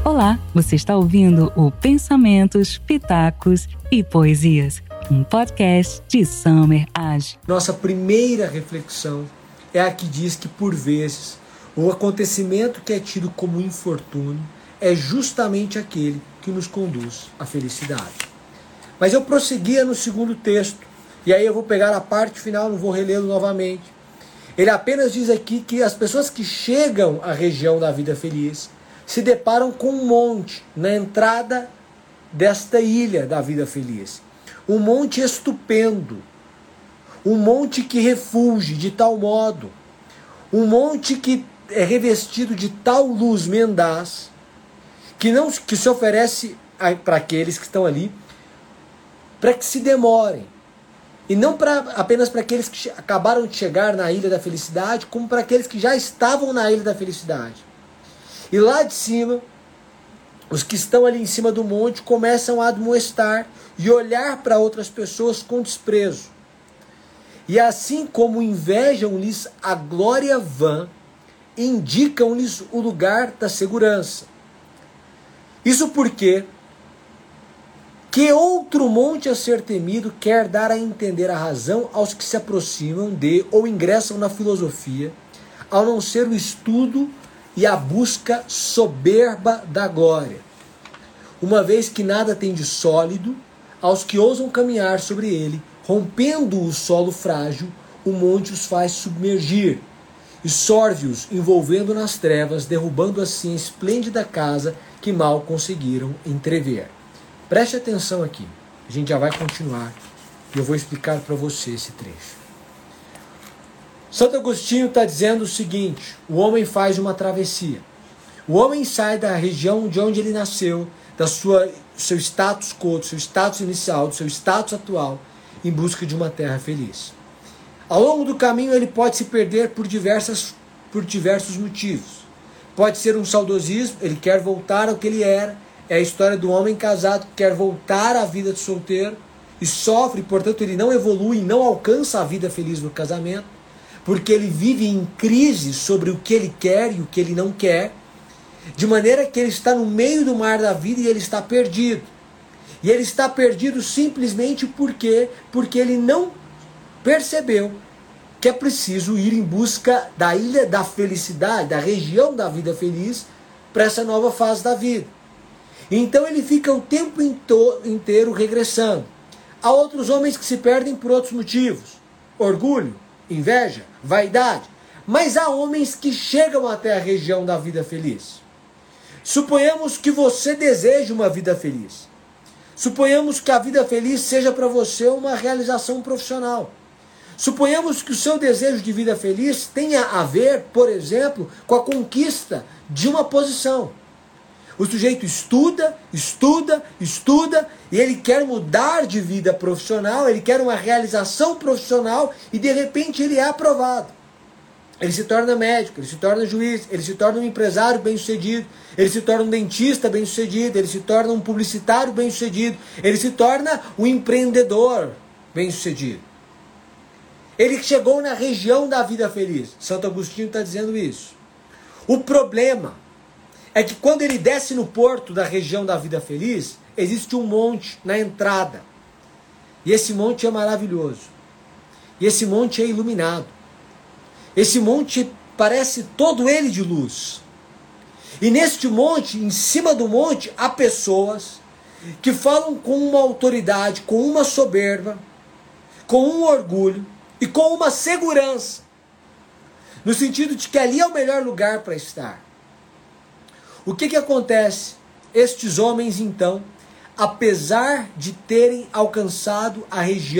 Olá, você está ouvindo o Pensamentos, Pitacos e Poesias, um podcast de Summer Age. Nossa primeira reflexão é a que diz que, por vezes, o acontecimento que é tido como infortúnio é justamente aquele que nos conduz à felicidade. Mas eu prosseguia no segundo texto, e aí eu vou pegar a parte final, não vou relê-lo novamente. Ele apenas diz aqui que as pessoas que chegam à região da vida feliz se deparam com um monte na entrada desta ilha da vida feliz. Um monte estupendo, um monte que refulge de tal modo, um monte que é revestido de tal luz mendaz, que se oferece para aqueles que estão ali, para que se demorem. E não apenas para aqueles que acabaram de chegar na ilha da felicidade, como para aqueles que já estavam na ilha da felicidade. E lá de cima, os que estão ali em cima do monte começam a admoestar e olhar para outras pessoas com desprezo. E assim como invejam-lhes a glória vã, indicam-lhes o lugar da segurança. Isso porque que outro monte a ser temido quer dar a entender a razão aos que se aproximam de ou ingressam na filosofia, ao não ser o estudo e a busca soberba da glória, uma vez que nada tem de sólido, aos que ousam caminhar sobre ele, rompendo o solo frágil, o monte os faz submergir, e sorve-os envolvendo nas trevas, derrubando assim a esplêndida casa que mal conseguiram entrever. Preste atenção aqui, a gente já vai continuar, e eu vou explicar para você esse trecho. Santo Agostinho está dizendo o seguinte: o homem faz uma travessia. O homem sai da região de onde ele nasceu, do seu status quo, do seu status inicial, do seu status atual, em busca de uma terra feliz. Ao longo do caminho ele pode se perder por diversos motivos. Pode ser um saudosismo, ele quer voltar ao que ele era. É a história do homem casado que quer voltar à vida de solteiro e sofre, portanto ele não evolui, não alcança a vida feliz no casamento, porque ele vive em crise sobre o que ele quer e o que ele não quer, de maneira que ele está no meio do mar da vida e ele está perdido. E ele está perdido simplesmente porque ele não percebeu que é preciso ir em busca da ilha da felicidade, da região da vida feliz, para essa nova fase da vida. Então ele fica o tempo inteiro regressando. Há outros homens que se perdem por outros motivos: orgulho, inveja, vaidade. Mas há homens que chegam até a região da vida feliz. Suponhamos que você deseje uma vida feliz. Suponhamos que a vida feliz seja para você uma realização profissional. Suponhamos que o seu desejo de vida feliz tenha a ver, por exemplo, com a conquista de uma posição. O sujeito estuda, e ele quer mudar de vida profissional, ele quer uma realização profissional e de repente ele é aprovado. Ele se torna médico, ele se torna juiz, ele se torna um empresário bem-sucedido, ele se torna um dentista bem-sucedido, ele se torna um publicitário bem-sucedido, ele se torna um empreendedor bem-sucedido. Ele chegou na região da vida feliz. Santo Agostinho está dizendo isso. O problema é que quando ele desce no porto da região da vida feliz, existe um monte na entrada. E esse monte é maravilhoso. E esse monte é iluminado. Esse monte parece todo ele de luz. E neste monte, em cima do monte, há pessoas que falam com uma autoridade, com uma soberba, com um orgulho e com uma segurança, no sentido de que ali é o melhor lugar para estar. O que acontece? Estes homens, então, apesar de terem alcançado a região,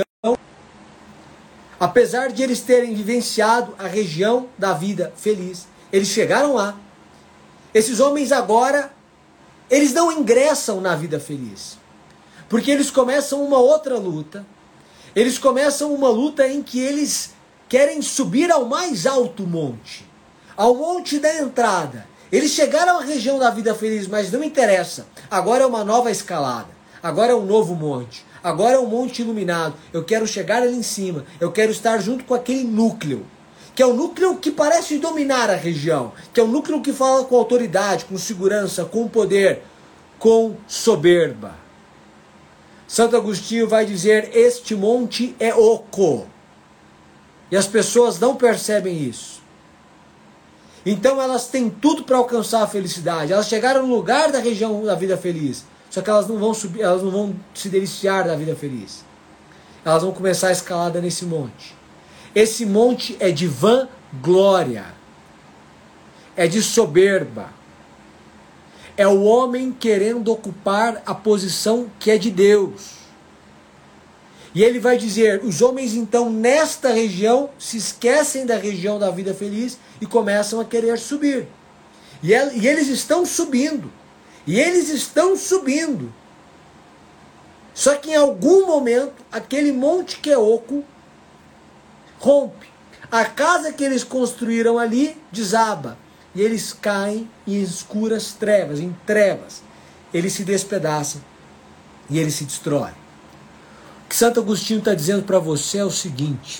apesar de eles terem vivenciado a região da vida feliz, eles chegaram lá. Esses homens agora, eles não ingressam na vida feliz, porque eles começam uma outra luta. Eles começam uma luta em que eles querem subir ao mais alto monte, ao monte da entrada. Eles chegaram à região da vida feliz, mas não interessa. Agora é uma nova escalada. Agora é um novo monte. Agora é um monte iluminado. Eu quero chegar ali em cima. Eu quero estar junto com aquele núcleo que é o núcleo que parece dominar a região, que é o núcleo que fala com autoridade, com segurança, com poder, com soberba. Santo Agostinho vai dizer: este monte é oco. E as pessoas não percebem isso. Então elas têm tudo para alcançar a felicidade. Elas chegaram no lugar da região da vida feliz. Só que elas não vão subir, elas não vão se deliciar da vida feliz. Elas vão começar a escalada nesse monte. Esse monte é de vanglória. É de soberba. É o homem querendo ocupar a posição que é de Deus. E ele vai dizer: os homens então nesta região se esquecem da região da vida feliz e começam a querer subir. E eles estão subindo. E eles estão subindo. Só que em algum momento, aquele monte que é oco rompe. A casa que eles construíram ali desaba. E eles caem em escuras trevas, em trevas. Eles se despedaçam e eles se destroem. O que Santo Agostinho está dizendo para você é o seguinte: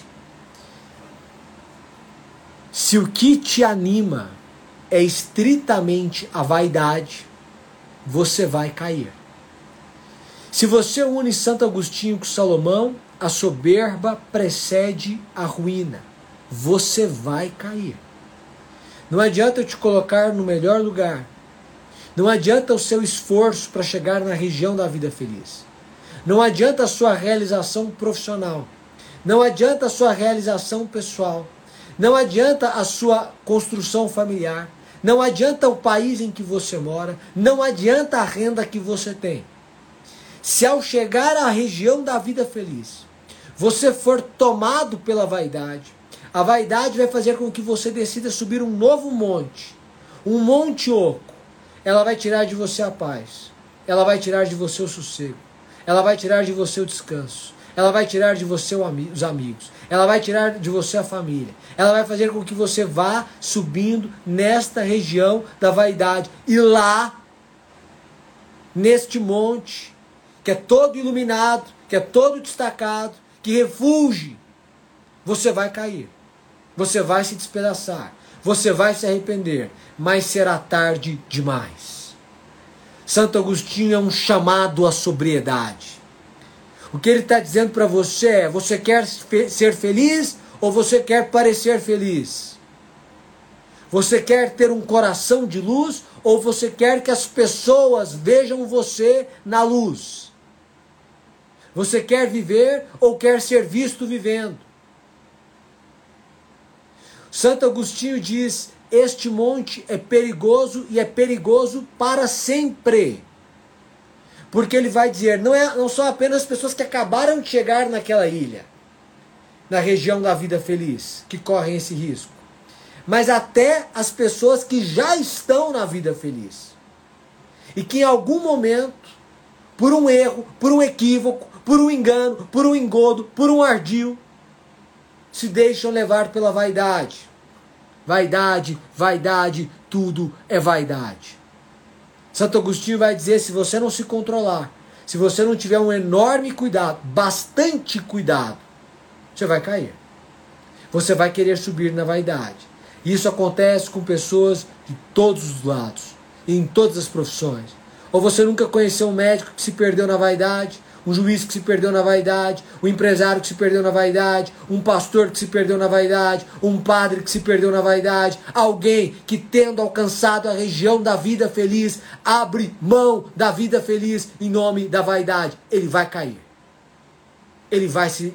se o que te anima é estritamente a vaidade, você vai cair. Se você une Santo Agostinho com Salomão, a soberba precede a ruína. Você vai cair. Não adianta eu te colocar no melhor lugar. Não adianta o seu esforço para chegar na região da vida feliz. Não adianta a sua realização profissional. Não adianta a sua realização pessoal. Não adianta a sua construção familiar. Não adianta o país em que você mora. Não adianta a renda que você tem. Se ao chegar à região da vida feliz, você for tomado pela vaidade, a vaidade vai fazer com que você decida subir um novo monte. Um monte oco. Ela vai tirar de você a paz. Ela vai tirar de você o sossego. Ela vai tirar de você o descanso. Ela vai tirar de você os amigos. Ela vai tirar de você a família. Ela vai fazer com que você vá subindo nesta região da vaidade. E lá, neste monte, que é todo iluminado, que é todo destacado, que refulge, você vai cair. Você vai se despedaçar. Você vai se arrepender. Mas será tarde demais. Santo Agostinho é um chamado à sobriedade. O que ele está dizendo para você é: você quer ser feliz ou você quer parecer feliz? Você quer ter um coração de luz ou você quer que as pessoas vejam você na luz? Você quer viver ou quer ser visto vivendo? Santo Agostinho diz: este monte é perigoso e é perigoso para sempre. Porque ele vai dizer, não são apenas as pessoas que acabaram de chegar naquela ilha, na região da vida feliz, que correm esse risco, mas até as pessoas que já estão na vida feliz. E que em algum momento, por um erro, por um equívoco, por um engano, por um engodo, por um ardil, se deixam levar pela vaidade. Vaidade, vaidade, tudo é vaidade. Santo Agostinho vai dizer: se você não se controlar, se você não tiver um enorme cuidado, bastante cuidado, você vai cair. Você vai querer subir na vaidade. E isso acontece com pessoas de todos os lados, e em todas as profissões. Ou você nunca conheceu um médico que se perdeu na vaidade, um juiz que se perdeu na vaidade, um empresário que se perdeu na vaidade, um pastor que se perdeu na vaidade, um padre que se perdeu na vaidade, alguém que, tendo alcançado a região da vida feliz, abre mão da vida feliz em nome da vaidade. Ele vai cair. Ele vai se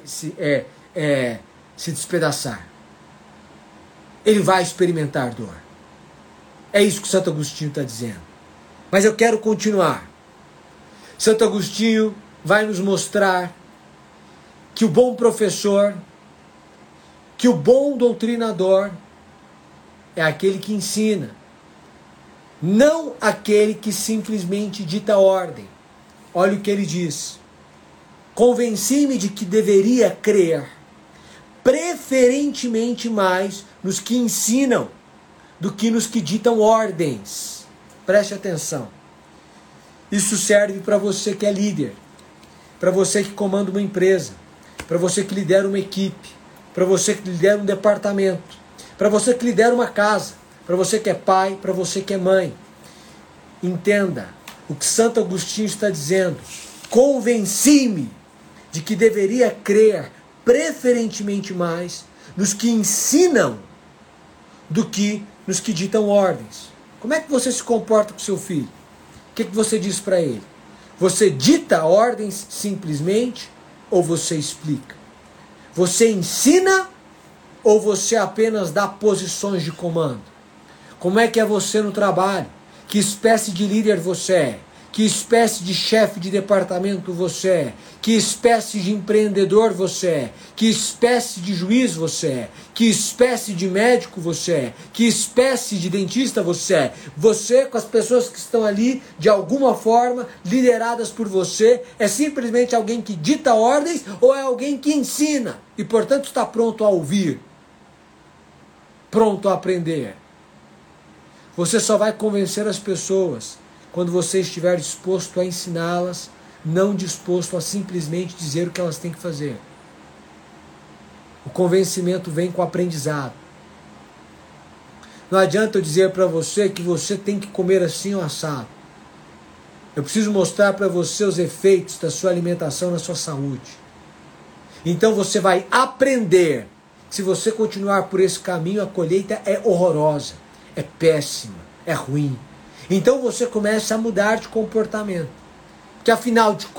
despedaçar. Ele vai experimentar dor. É isso que Santo Agostinho está dizendo. Mas eu quero continuar. Santo Agostinho vai nos mostrar que o bom professor, que o bom doutrinador é aquele que ensina, não aquele que simplesmente dita ordem. Olha o que ele diz: convenci-me de que deveria crer preferentemente mais nos que ensinam do que nos que ditam ordens. Preste atenção. Isso serve para você que é líder, para você que comanda uma empresa, para você que lidera uma equipe, para você que lidera um departamento. Para você que lidera uma casa, para você que é pai, para você que é mãe. Entenda o que Santo Agostinho está dizendo. Convenci-me de que deveria crer preferentemente mais nos que ensinam do que nos que ditam ordens. Como é que você se comporta com seu filho? O que você diz para ele? Você dita ordens simplesmente ou você explica? Você ensina ou você apenas dá posições de comando? Como é que é você no trabalho? Que espécie de líder você é? Que espécie de chefe de departamento você é? Que espécie de empreendedor você é? Que espécie de juiz você é? Que espécie de médico você é? Que espécie de dentista você é? Você, com as pessoas que estão ali, de alguma forma, lideradas por você, é simplesmente alguém que dita ordens ou é alguém que ensina e, portanto, está pronto a ouvir, pronto a aprender? Você só vai convencer as pessoas quando você estiver disposto a ensiná-las, não disposto a simplesmente dizer o que elas têm que fazer. O convencimento vem com o aprendizado. Não adianta eu dizer para você que você tem que comer assim ou assado. Eu preciso mostrar para você os efeitos da sua alimentação na sua saúde. Então você vai aprender. Se você continuar por esse caminho, a colheita é horrorosa, é péssima, é ruim. Então você começa a mudar de comportamento. Porque afinal de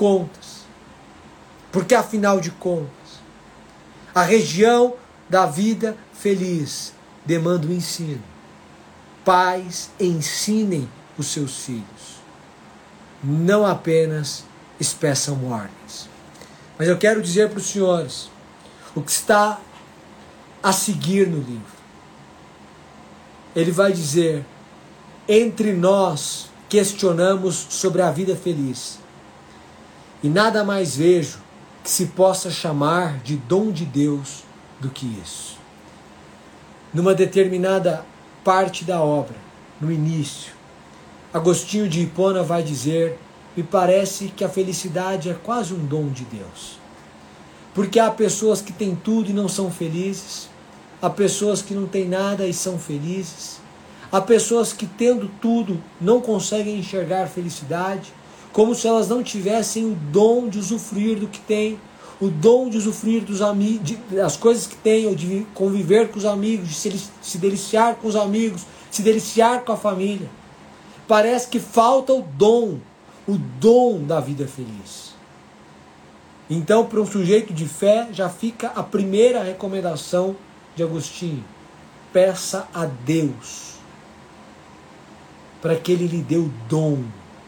contas, a região da vida feliz demanda o ensino. Pais, ensinem os seus filhos. Não apenas espeçam ordens. Mas eu quero dizer para os senhores o que está a seguir no livro. Ele vai dizer: entre nós questionamos sobre a vida feliz, e nada mais vejo que se possa chamar de dom de Deus do que isso. Numa determinada parte da obra, no início, Agostinho de Hipona vai dizer: me parece que a felicidade é quase um dom de Deus. Porque há pessoas que têm tudo e não são felizes, há pessoas que não têm nada e são felizes, há pessoas que, tendo tudo, não conseguem enxergar felicidade, como se elas não tivessem o dom de usufruir do que têm, o dom de usufruir das coisas que têm, ou de conviver com os amigos, de se deliciar com os amigos, se deliciar com a família. Parece que falta o dom da vida feliz. Então, para um sujeito de fé, já fica a primeira recomendação de Agostinho: peça a Deus para que Ele lhe dê o dom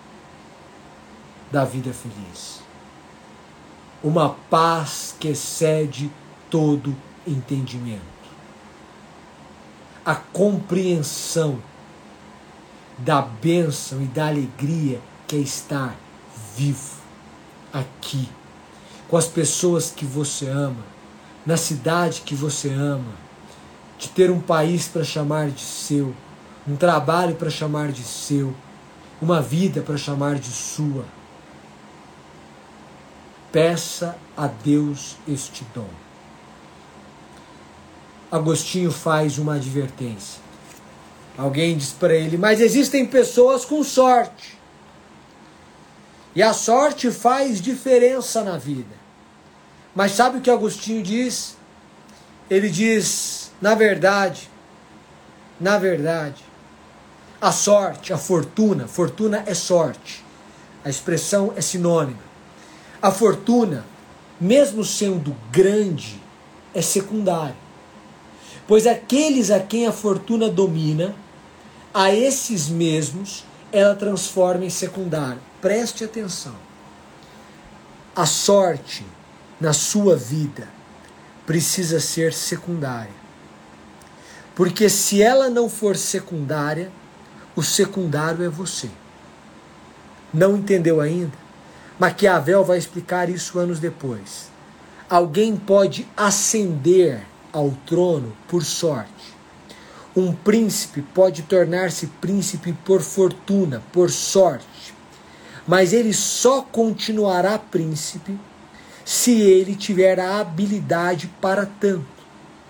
da vida feliz. Uma paz que excede todo entendimento. A compreensão da bênção e da alegria que é estar vivo aqui, com as pessoas que você ama, na cidade que você ama, de ter um país para chamar de seu, um trabalho para chamar de seu, uma vida para chamar de sua. Peça a Deus este dom. Agostinho faz uma advertência. Alguém diz para ele: mas existem pessoas com sorte. E a sorte faz diferença na vida. Mas sabe o que Agostinho diz? Ele diz: na verdade, a sorte, a fortuna é sorte. A expressão é sinônima. A fortuna, mesmo sendo grande, é secundária. Pois aqueles a quem a fortuna domina, a esses mesmos ela transforma em secundário. Preste atenção. A sorte na sua vida precisa ser secundária. Porque se ela não for secundária, o secundário é você. Não entendeu ainda? Maquiavel vai explicar isso anos depois. Alguém pode ascender ao trono por sorte. Um príncipe pode tornar-se príncipe por fortuna, por sorte. Mas ele só continuará príncipe se ele tiver a habilidade para tanto.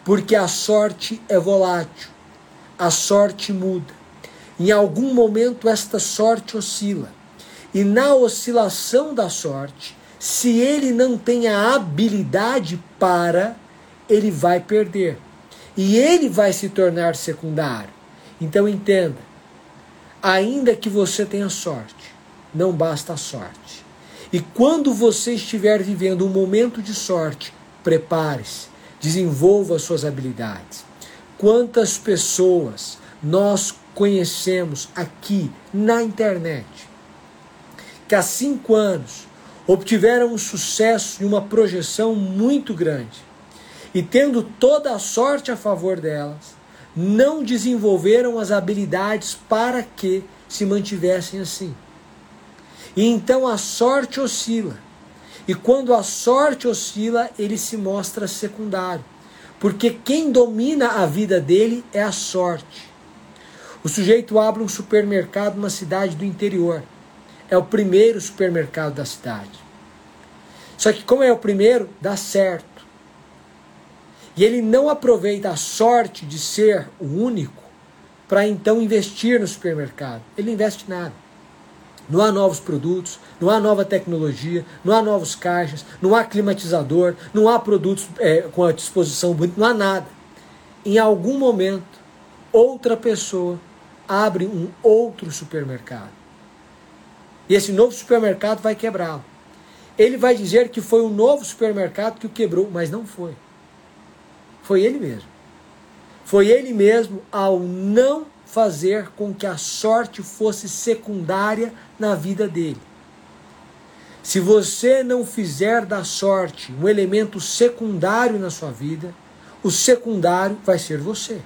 porque a sorte é volátil, a sorte muda. Em algum momento esta sorte oscila, e na oscilação da sorte, se ele não tem a habilidade ele vai perder. E ele vai se tornar secundário. Então entenda, ainda que você tenha sorte, não basta a sorte. E quando você estiver vivendo um momento de sorte, prepare-se, desenvolva suas habilidades. Quantas pessoas nós conhecemos aqui na internet que há 5 anos obtiveram um sucesso e uma projeção muito grande e, tendo toda a sorte a favor delas, não desenvolveram as habilidades para que se mantivessem assim. E então a sorte oscila. E quando a sorte oscila, ele se mostra secundário. Porque quem domina a vida dele é a sorte. O sujeito abre um supermercado numa cidade do interior. É o primeiro supermercado da cidade. Só que como é o primeiro, dá certo. E ele não aproveita a sorte de ser o único para então investir no supermercado. Ele não investe nada. Não há novos produtos, não há nova tecnologia, não há novos caixas, não há climatizador, não há produtos com a disposição bonita, não há nada. Em algum momento, outra pessoa abre um outro supermercado. E esse novo supermercado vai quebrá-lo. Ele vai dizer que foi o novo supermercado que o quebrou, mas não foi. Foi ele mesmo. Foi ele mesmo ao não fazer com que a sorte fosse secundária na vida dele. Se você não fizer da sorte um elemento secundário na sua vida, o secundário vai ser você.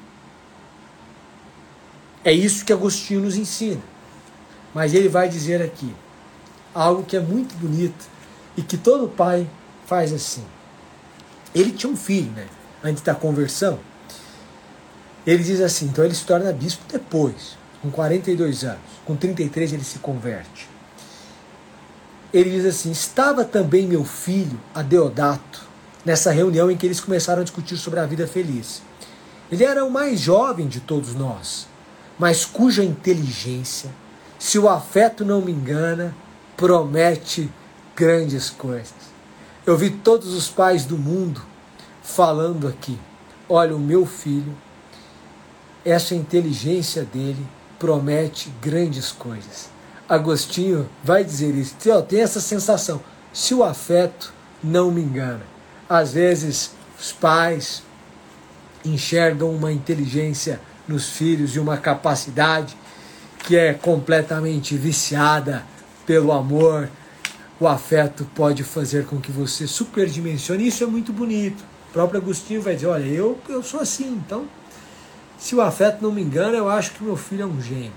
É isso que Agostinho nos ensina. Mas ele vai dizer aqui algo que é muito bonito e que todo pai faz assim. Ele tinha um filho, né? Antes da conversão. Ele diz assim, então ele se torna bispo depois, com 42 anos. Com 33 ele se converte. Ele diz assim, estava também meu filho, Adeodato, nessa reunião em que eles começaram a discutir sobre a vida feliz. Ele era o mais jovem de todos nós, mas cuja inteligência, se o afeto não me engana, promete grandes coisas. Eu vi todos os pais do mundo falando aqui, olha, o meu filho, essa inteligência dele promete grandes coisas. Agostinho vai dizer isso, tem essa sensação, se o afeto não me engana. Às vezes os pais enxergam uma inteligência nos filhos e uma capacidade que é completamente viciada pelo amor. O afeto pode fazer com que você superdimensione, isso é muito bonito. O próprio Agostinho vai dizer, olha, eu sou assim, então, se o afeto não me engana, eu acho que meu filho é um gênio.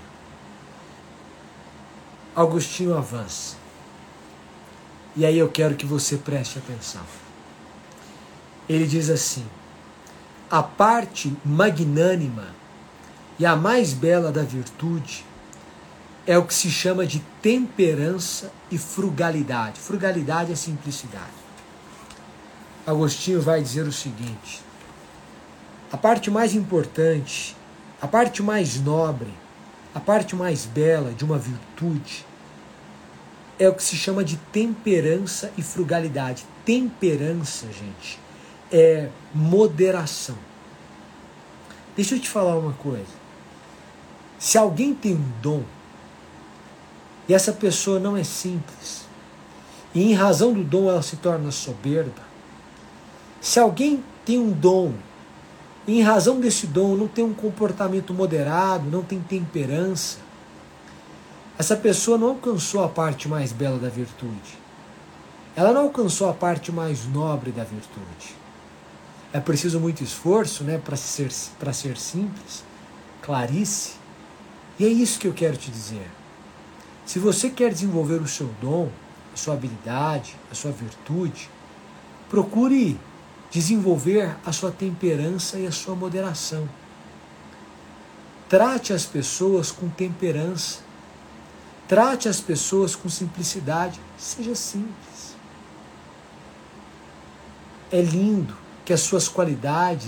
Agostinho avança. E aí eu quero que você preste atenção. Ele diz assim, a parte magnânima e a mais bela da virtude é o que se chama de temperança e frugalidade. Frugalidade é simplicidade. Agostinho vai dizer o seguinte, a parte mais importante, a parte mais nobre, a parte mais bela de uma virtude é o que se chama de temperança e frugalidade. Temperança, gente, é moderação. Deixa eu te falar uma coisa. Se alguém tem um dom e essa pessoa não é simples, e em razão do dom ela se torna soberba, se alguém tem um dom e em razão desse dom não tem um comportamento moderado, não tem temperança, essa pessoa não alcançou a parte mais bela da virtude. Ela não alcançou a parte mais nobre da virtude. É preciso muito esforço, né, para ser simples, clarice. E é isso que eu quero te dizer. Se você quer desenvolver o seu dom, a sua habilidade, a sua virtude, procure desenvolver a sua temperança e a sua moderação. Trate as pessoas com temperança. Trate as pessoas com simplicidade. Seja simples. É lindo que as suas qualidades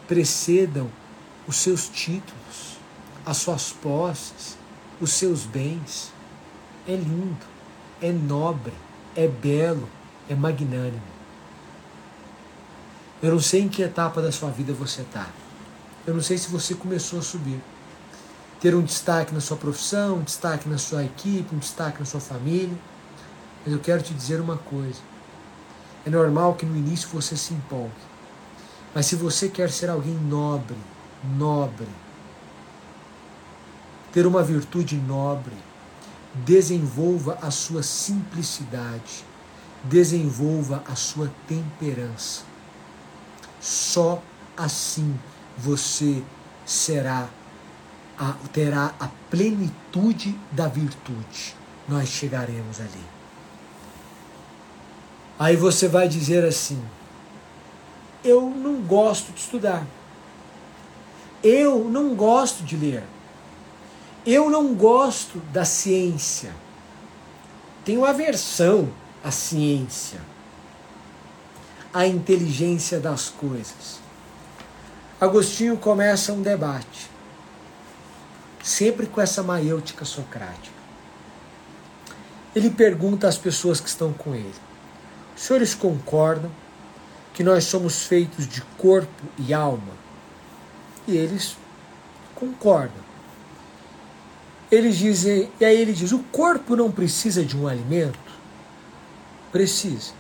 precedam os seus títulos, as suas posses, os seus bens. É lindo, é nobre, é belo, é magnânimo. Eu não sei em que etapa da sua vida você está. Eu não sei se você começou a subir. Ter um destaque na sua profissão, um destaque na sua equipe, um destaque na sua família. Mas eu quero te dizer uma coisa. É normal que no início você se empolgue. Mas se você quer ser alguém nobre, ter uma virtude nobre, desenvolva a sua simplicidade, desenvolva a sua temperança. Só assim você terá a plenitude da virtude. Nós chegaremos ali. Aí você vai dizer assim: eu não gosto de estudar. Eu não gosto de ler. Eu não gosto da ciência. Tenho aversão à ciência, à inteligência das coisas. Agostinho começa um debate, sempre com essa maiêutica socrática. Ele pergunta às pessoas que estão com ele: os senhores concordam que nós somos feitos de corpo e alma? E eles concordam. Eles dizem, e aí ele diz: o corpo não precisa de um alimento? Precisa.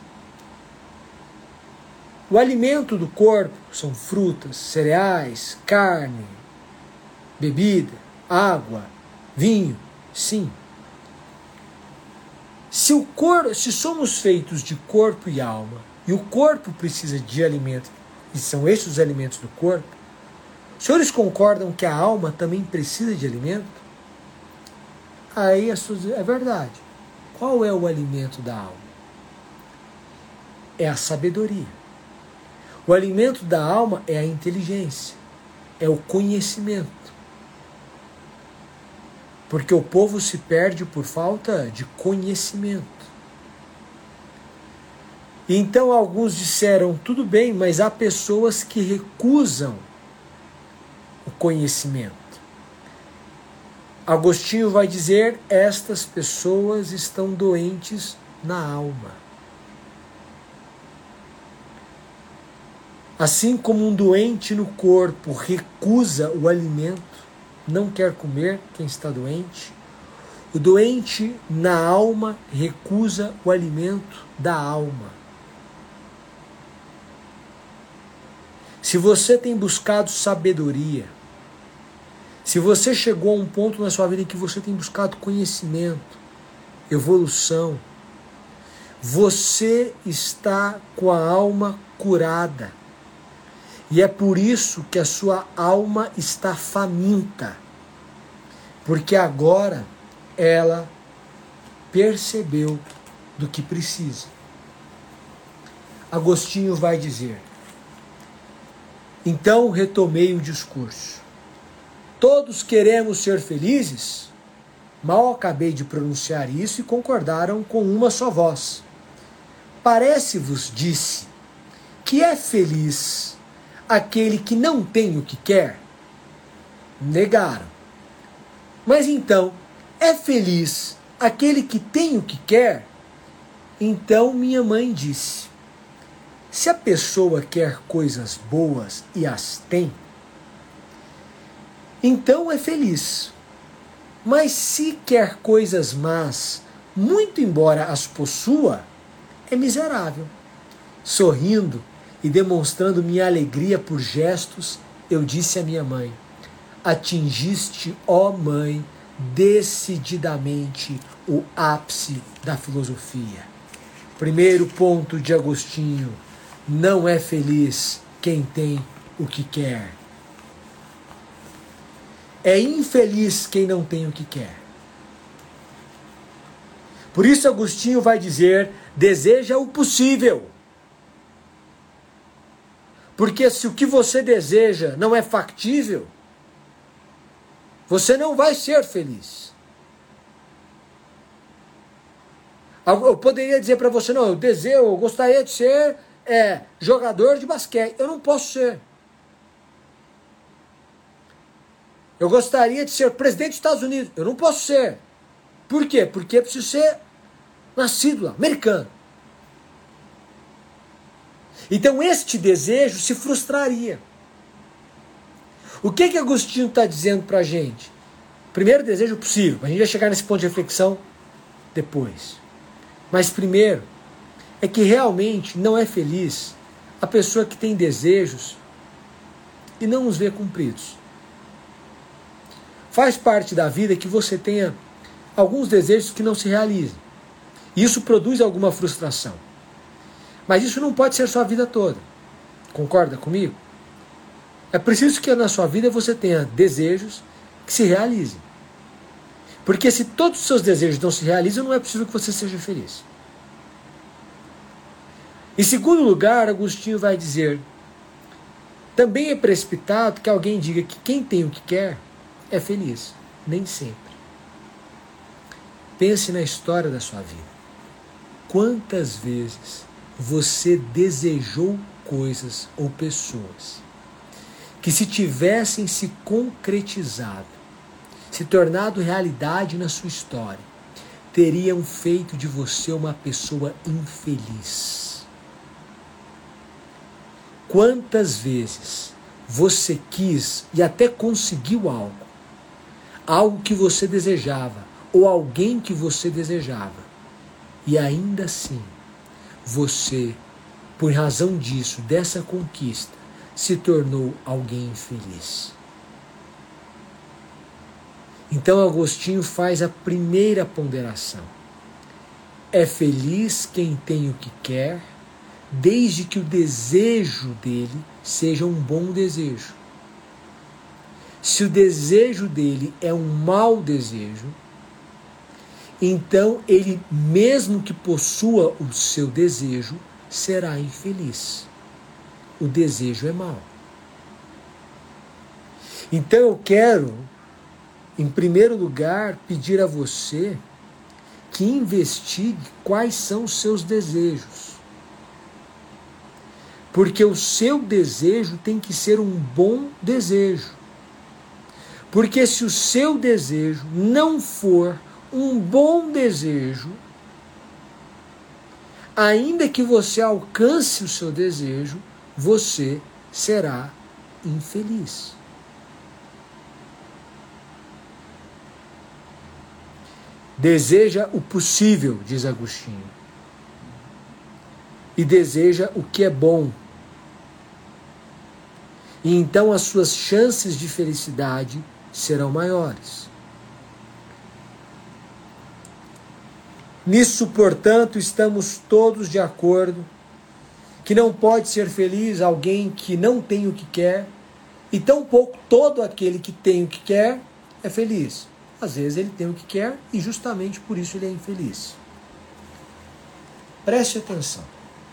O alimento do corpo são frutas, cereais, carne, bebida, água, vinho. Sim. Se somos feitos de corpo e alma, e o corpo precisa de alimento, e são estes os alimentos do corpo, os senhores concordam que a alma também precisa de alimento? Aí é verdade. Qual é o alimento da alma? É a sabedoria. O alimento da alma é a inteligência, é o conhecimento. Porque o povo se perde por falta de conhecimento. Então alguns disseram: tudo bem, mas há pessoas que recusam o conhecimento. Agostinho vai dizer: estas pessoas estão doentes na alma. Assim como um doente no corpo recusa o alimento, não quer comer, quem está doente, o doente na alma recusa o alimento da alma. Se você tem buscado sabedoria, se você chegou a um ponto na sua vida em que você tem buscado conhecimento, evolução, você está com a alma curada. E é por isso que a sua alma está faminta. Porque agora ela percebeu do que precisa. Agostinho vai dizer: então retomei o discurso. Todos queremos ser felizes? Mal acabei de pronunciar isso e concordaram com uma só voz. Parece-vos, disse, que é feliz aquele que não tem o que quer? Negaram. Mas então, é feliz aquele que tem o que quer? Então minha mãe disse: se a pessoa quer coisas boas e as tem, então é feliz. Mas se quer coisas más, muito embora as possua, é miserável. Sorrindo e demonstrando minha alegria por gestos, eu disse à minha mãe: atingiste, ó mãe, decididamente o ápice da filosofia. Primeiro ponto de Agostinho: não é feliz quem tem o que quer. É infeliz quem não tem o que quer. Por isso Agostinho vai dizer: deseja o possível. Porque se o que você deseja não é factível, você não vai ser feliz. Eu poderia dizer para você: não, eu gostaria de ser jogador de basquete. Eu não posso ser. Eu gostaria de ser presidente dos Estados Unidos. Eu não posso ser. Por quê? Porque eu preciso ser nascido lá, americano. Então este desejo se frustraria. O que Agostinho está dizendo para a gente? Primeiro desejo possível. A gente vai chegar nesse ponto de reflexão depois. Mas primeiro, é que realmente não é feliz a pessoa que tem desejos e não os vê cumpridos. Faz parte da vida que você tenha alguns desejos que não se realizem. E isso produz alguma frustração. Mas isso não pode ser sua vida toda. Concorda comigo? É preciso que na sua vida você tenha desejos que se realizem. Porque se todos os seus desejos não se realizam, não é possível que você seja feliz. Em segundo lugar, Agostinho vai dizer: também é precipitado que alguém diga que quem tem o que quer é feliz. Nem sempre. Pense na história da sua vida. Quantas vezes você desejou coisas ou pessoas que, se tivessem se concretizado, se tornado realidade na sua história, teriam feito de você uma pessoa infeliz? Quantas vezes você quis e até conseguiu algo que você desejava, ou alguém que você desejava, e ainda assim, você, por razão disso, dessa conquista, se tornou alguém infeliz. Então Agostinho faz a primeira ponderação. É feliz quem tem o que quer, desde que o desejo dele seja um bom desejo. Se o desejo dele é um mau desejo, então ele, mesmo que possua o seu desejo, será infeliz. O desejo é mau. Então eu quero, em primeiro lugar, pedir a você que investigue quais são os seus desejos. Porque o seu desejo tem que ser um bom desejo. Porque se o seu desejo não for um bom desejo, ainda que você alcance o seu desejo, você será infeliz. Deseja o possível, diz Agostinho, e deseja o que é bom. E então as suas chances de felicidade serão maiores. Nisso, portanto, estamos todos de acordo que não pode ser feliz alguém que não tem o que quer, e tampouco todo aquele que tem o que quer é feliz. Às vezes ele tem o que quer e justamente por isso ele é infeliz. Preste atenção.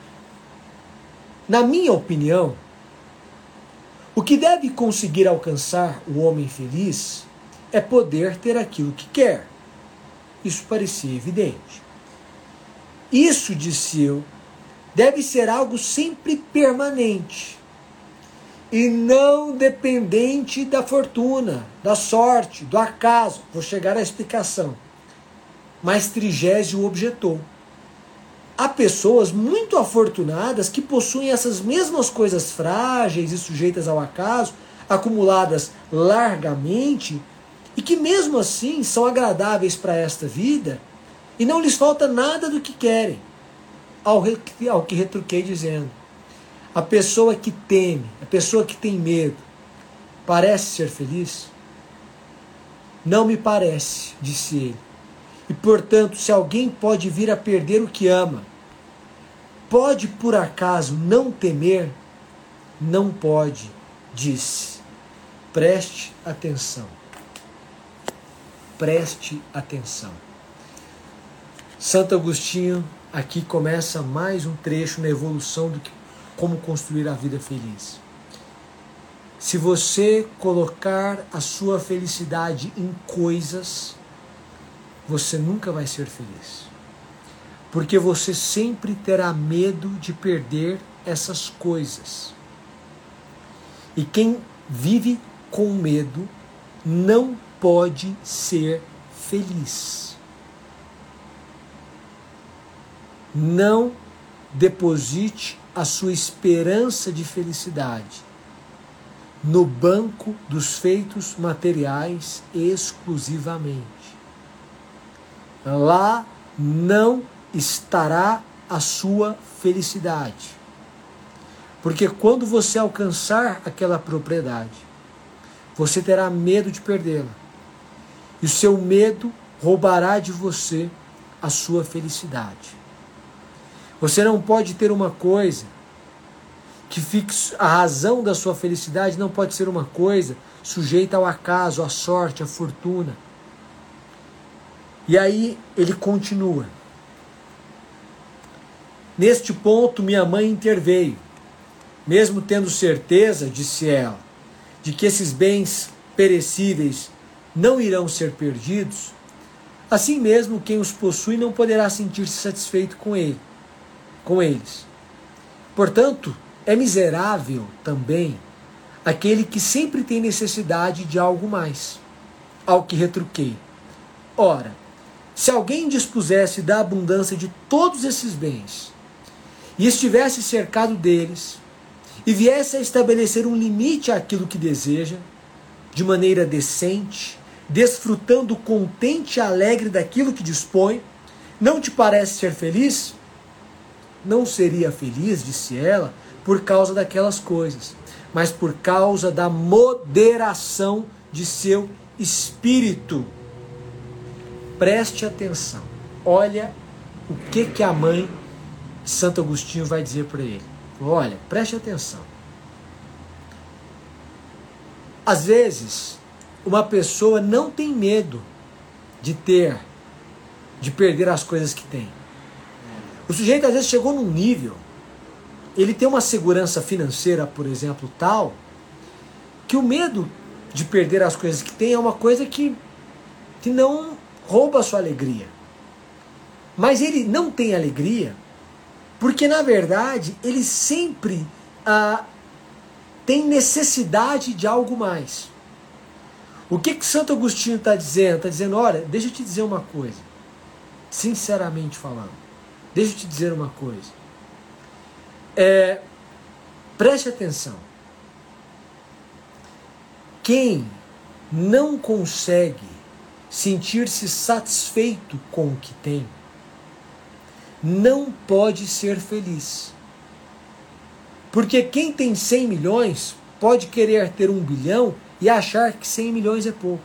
Na minha opinião, o que deve conseguir alcançar o homem feliz é poder ter aquilo que quer. Isso parecia evidente. Isso, disse eu, deve ser algo sempre permanente e não dependente da fortuna, da sorte, do acaso. Vou chegar à explicação. Mas Trigésio objetou. Há pessoas muito afortunadas que possuem essas mesmas coisas frágeis e sujeitas ao acaso, acumuladas largamente, e que mesmo assim são agradáveis para esta vida e não lhes falta nada do que querem. Ao que retruquei dizendo: a pessoa que teme, a pessoa que tem medo, parece ser feliz? Não me parece, disse ele. E portanto, se alguém pode vir a perder o que ama, pode por acaso não temer? Não pode, disse. Preste atenção. Preste atenção. Santo Agostinho aqui começa mais um trecho na evolução do que como construir a vida feliz. Se você colocar a sua felicidade em coisas, você nunca vai ser feliz. Porque você sempre terá medo de perder essas coisas. E quem vive com medo não pode ser feliz. Não deposite a sua esperança de felicidade no banco dos feitos materiais exclusivamente. Lá não estará a sua felicidade. Porque quando você alcançar aquela propriedade, você terá medo de perdê-la. E o seu medo roubará de você a sua felicidade. Você não pode ter uma coisa que fique... A razão da sua felicidade não pode ser uma coisa sujeita ao acaso, à sorte, à fortuna. E aí ele continua. Neste ponto minha mãe interveio. Mesmo tendo certeza, disse ela, de que esses bens perecíveis não irão ser perdidos, assim mesmo quem os possui não poderá sentir-se satisfeito com eles. Portanto, é miserável também aquele que sempre tem necessidade de algo mais, ao que retruquei. Ora, se alguém dispusesse da abundância de todos esses bens e estivesse cercado deles, e viesse a estabelecer um limite àquilo que deseja, de maneira decente, desfrutando contente e alegre daquilo que dispõe, não te parece ser feliz? Não seria feliz, disse ela, por causa daquelas coisas, mas por causa da moderação de seu espírito. Preste atenção. Olha o que a mãe de Santo Agostinho vai dizer para ele. Olha, preste atenção. Às vezes, uma pessoa não tem medo de perder as coisas que tem. O sujeito às vezes chegou num nível, ele tem uma segurança financeira, por exemplo, tal, que o medo de perder as coisas que tem é uma coisa que não rouba a sua alegria. Mas ele não tem alegria porque, na verdade, ele sempre tem necessidade de algo mais. O que Santo Agostinho está dizendo? Está dizendo, olha, deixa eu te dizer uma coisa. Sinceramente falando. Deixa eu te dizer uma coisa. Preste atenção. Quem não consegue sentir-se satisfeito com o que tem, não pode ser feliz. Porque quem tem 100 milhões pode querer ter 1 bilhão e achar que 100 milhões é pouco.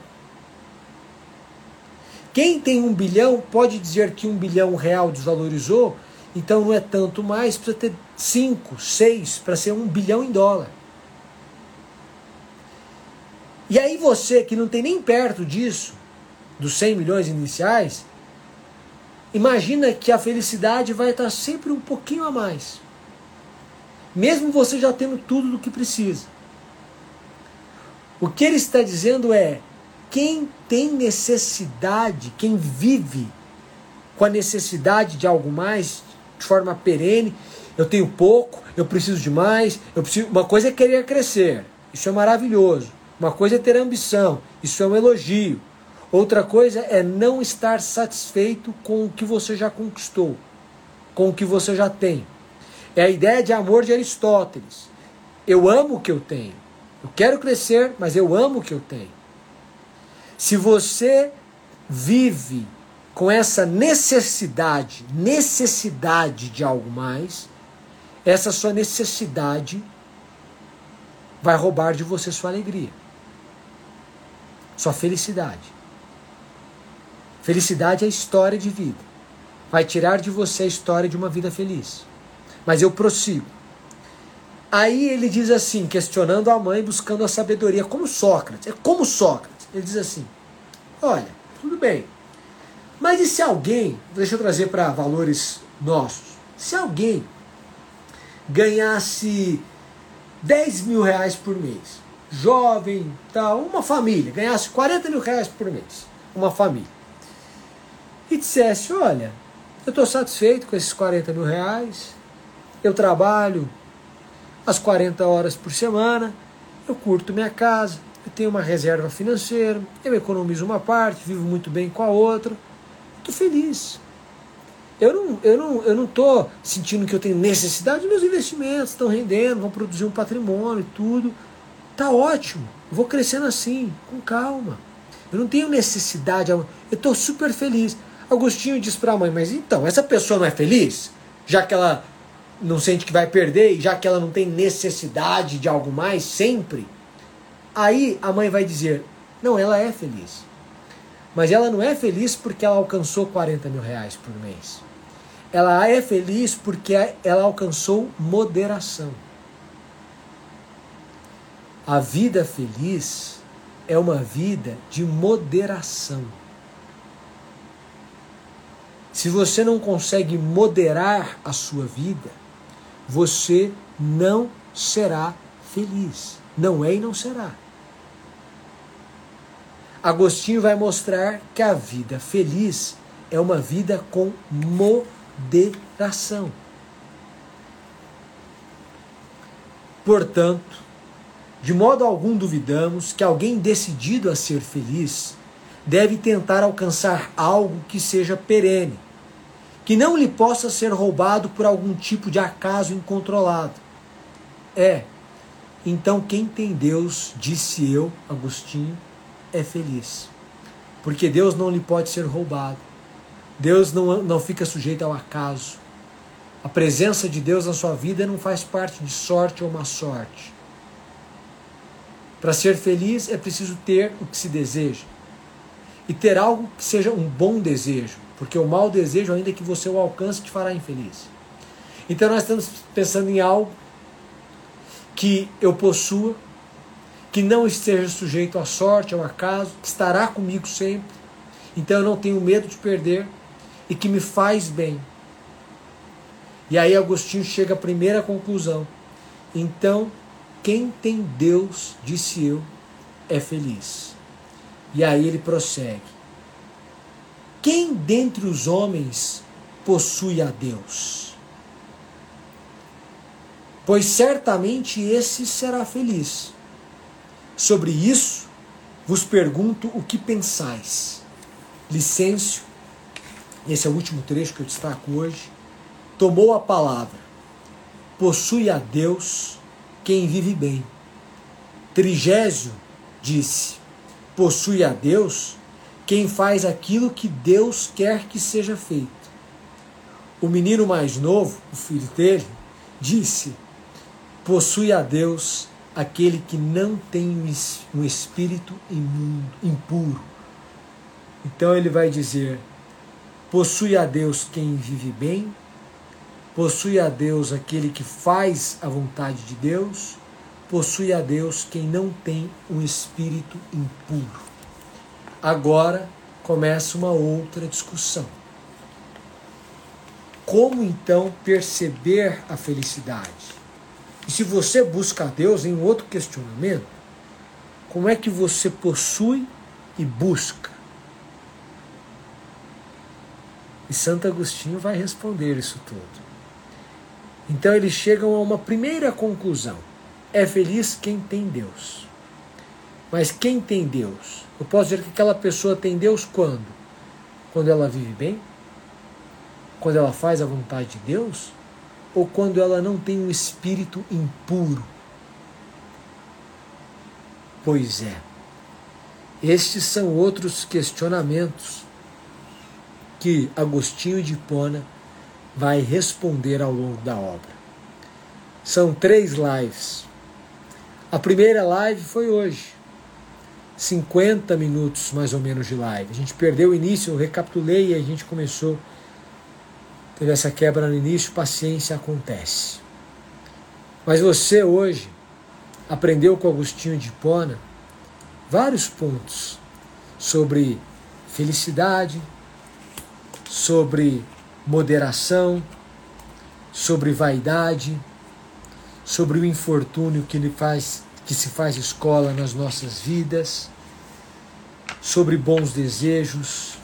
Quem tem 1 bilhão pode dizer que 1 bilhão real desvalorizou, então não é tanto mais, precisa ter 5, 6 para ser 1 bilhão em dólar. E aí você que não tem nem perto disso, dos 100 milhões iniciais, imagina que a felicidade vai estar sempre um pouquinho a mais. Mesmo você já tendo tudo do que precisa. O que ele está dizendo é, quem tem necessidade, quem vive com a necessidade de algo mais, de forma perene, eu tenho pouco, eu preciso de mais, uma coisa é querer crescer, isso é maravilhoso. Uma coisa é ter ambição, isso é um elogio. Outra coisa é não estar satisfeito com o que você já conquistou, com o que você já tem. É a ideia de amor de Aristóteles. Eu amo o que eu tenho. Eu quero crescer, mas eu amo o que eu tenho. Se você vive com essa necessidade de algo mais, essa sua necessidade vai roubar de você sua alegria, sua felicidade. Felicidade é história de vida. Vai tirar de você a história de uma vida feliz. Mas eu prossigo. Aí ele diz assim, questionando a mãe, buscando a sabedoria, como Sócrates. É como Sócrates. Ele diz assim, olha, tudo bem. Mas e se alguém, deixa eu trazer para valores nossos, se alguém ganhasse 10 mil reais por mês, jovem, tal, uma família, ganhasse 40 mil reais por mês, uma família, e dissesse, olha, eu estou satisfeito com esses 40 mil reais, eu trabalho as 40 horas por semana, eu curto minha casa, eu tenho uma reserva financeira, eu economizo uma parte, vivo muito bem com a outra, estou feliz. Eu não estou sentindo que eu tenho necessidade, dos meus investimentos estão rendendo, vão produzir um patrimônio e tudo. Está ótimo, eu vou crescendo assim, com calma. Eu não tenho necessidade, eu estou super feliz. Agostinho diz para a mãe, mas então, essa pessoa não é feliz? Já que ela não sente que vai perder, e já que ela não tem necessidade de algo mais, sempre. Aí a mãe vai dizer, não, ela é feliz. Mas ela não é feliz porque ela alcançou 40 mil reais por mês. Ela é feliz porque ela alcançou moderação. A vida feliz é uma vida de moderação. Se você não consegue moderar a sua vida, você não será feliz. Não é e não será. Agostinho vai mostrar que a vida feliz é uma vida com moderação. Portanto, de modo algum duvidamos que alguém decidido a ser feliz deve tentar alcançar algo que seja perene, que não lhe possa ser roubado por algum tipo de acaso incontrolado. Então quem tem Deus, disse eu, Agostinho, é feliz. Porque Deus não lhe pode ser roubado. Deus não fica sujeito ao acaso. A presença de Deus na sua vida não faz parte de sorte ou má sorte. Para ser feliz é preciso ter o que se deseja. E ter algo que seja um bom desejo. Porque o mau desejo, ainda que você o alcance, te fará infeliz. Então nós estamos pensando em algo que eu possua, que não esteja sujeito à sorte, ao acaso, que estará comigo sempre. Então eu não tenho medo de perder e que me faz bem. E aí Agostinho chega à primeira conclusão. Então, quem tem Deus, disse eu, é feliz. E aí ele prossegue. Quem dentre os homens possui a Deus? Pois certamente esse será feliz. Sobre isso, vos pergunto o que pensais. Licêncio, esse é o último trecho que eu destaco hoje, tomou a palavra. Possui a Deus quem vive bem. Trigésio disse, possui a Deus quem faz aquilo que Deus quer que seja feito. O menino mais novo, o filho dele, disse, possui a Deus aquele que não tem um espírito imundo, impuro. Então ele vai dizer, possui a Deus quem vive bem, possui a Deus aquele que faz a vontade de Deus, possui a Deus quem não tem um espírito impuro. Agora começa uma outra discussão. Como então perceber a felicidade? E se você busca a Deus em outro questionamento, como é que você possui e busca? E Santo Agostinho vai responder isso tudo. Então eles chegam a uma primeira conclusão. É feliz quem tem Deus. Mas quem tem Deus? Eu posso dizer que aquela pessoa tem Deus quando? Quando ela vive bem? Quando ela faz a vontade de Deus? Ou quando ela não tem um espírito impuro? Pois é. Estes são outros questionamentos que Agostinho de Hipona vai responder ao longo da obra. São 3 lives. A primeira live foi hoje. 50 minutos mais ou menos de live. A gente perdeu o início, eu recapitulei e a gente começou. Teve essa quebra no início, paciência, acontece. Mas você hoje aprendeu com Agostinho de Hipona vários pontos sobre felicidade, sobre moderação, sobre vaidade, sobre o infortúnio que se faz escola nas nossas vidas, sobre bons desejos,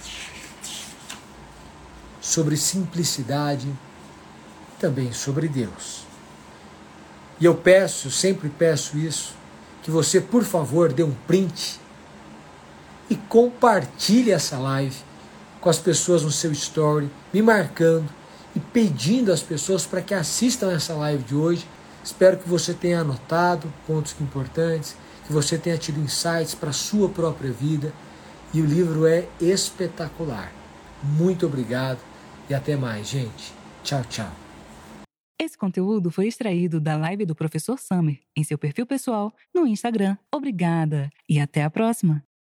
sobre simplicidade, também sobre Deus. E eu sempre peço isso, que você, por favor, dê um print e compartilhe essa live com as pessoas no seu story, me marcando e pedindo às pessoas para que assistam essa live de hoje. Espero que você tenha anotado pontos importantes, que você tenha tido insights para a sua própria vida. E o livro é espetacular. Muito obrigado e até mais, gente. Tchau, tchau. Esse conteúdo foi extraído da live do Professor Summer em seu perfil pessoal no Instagram. Obrigada e até a próxima!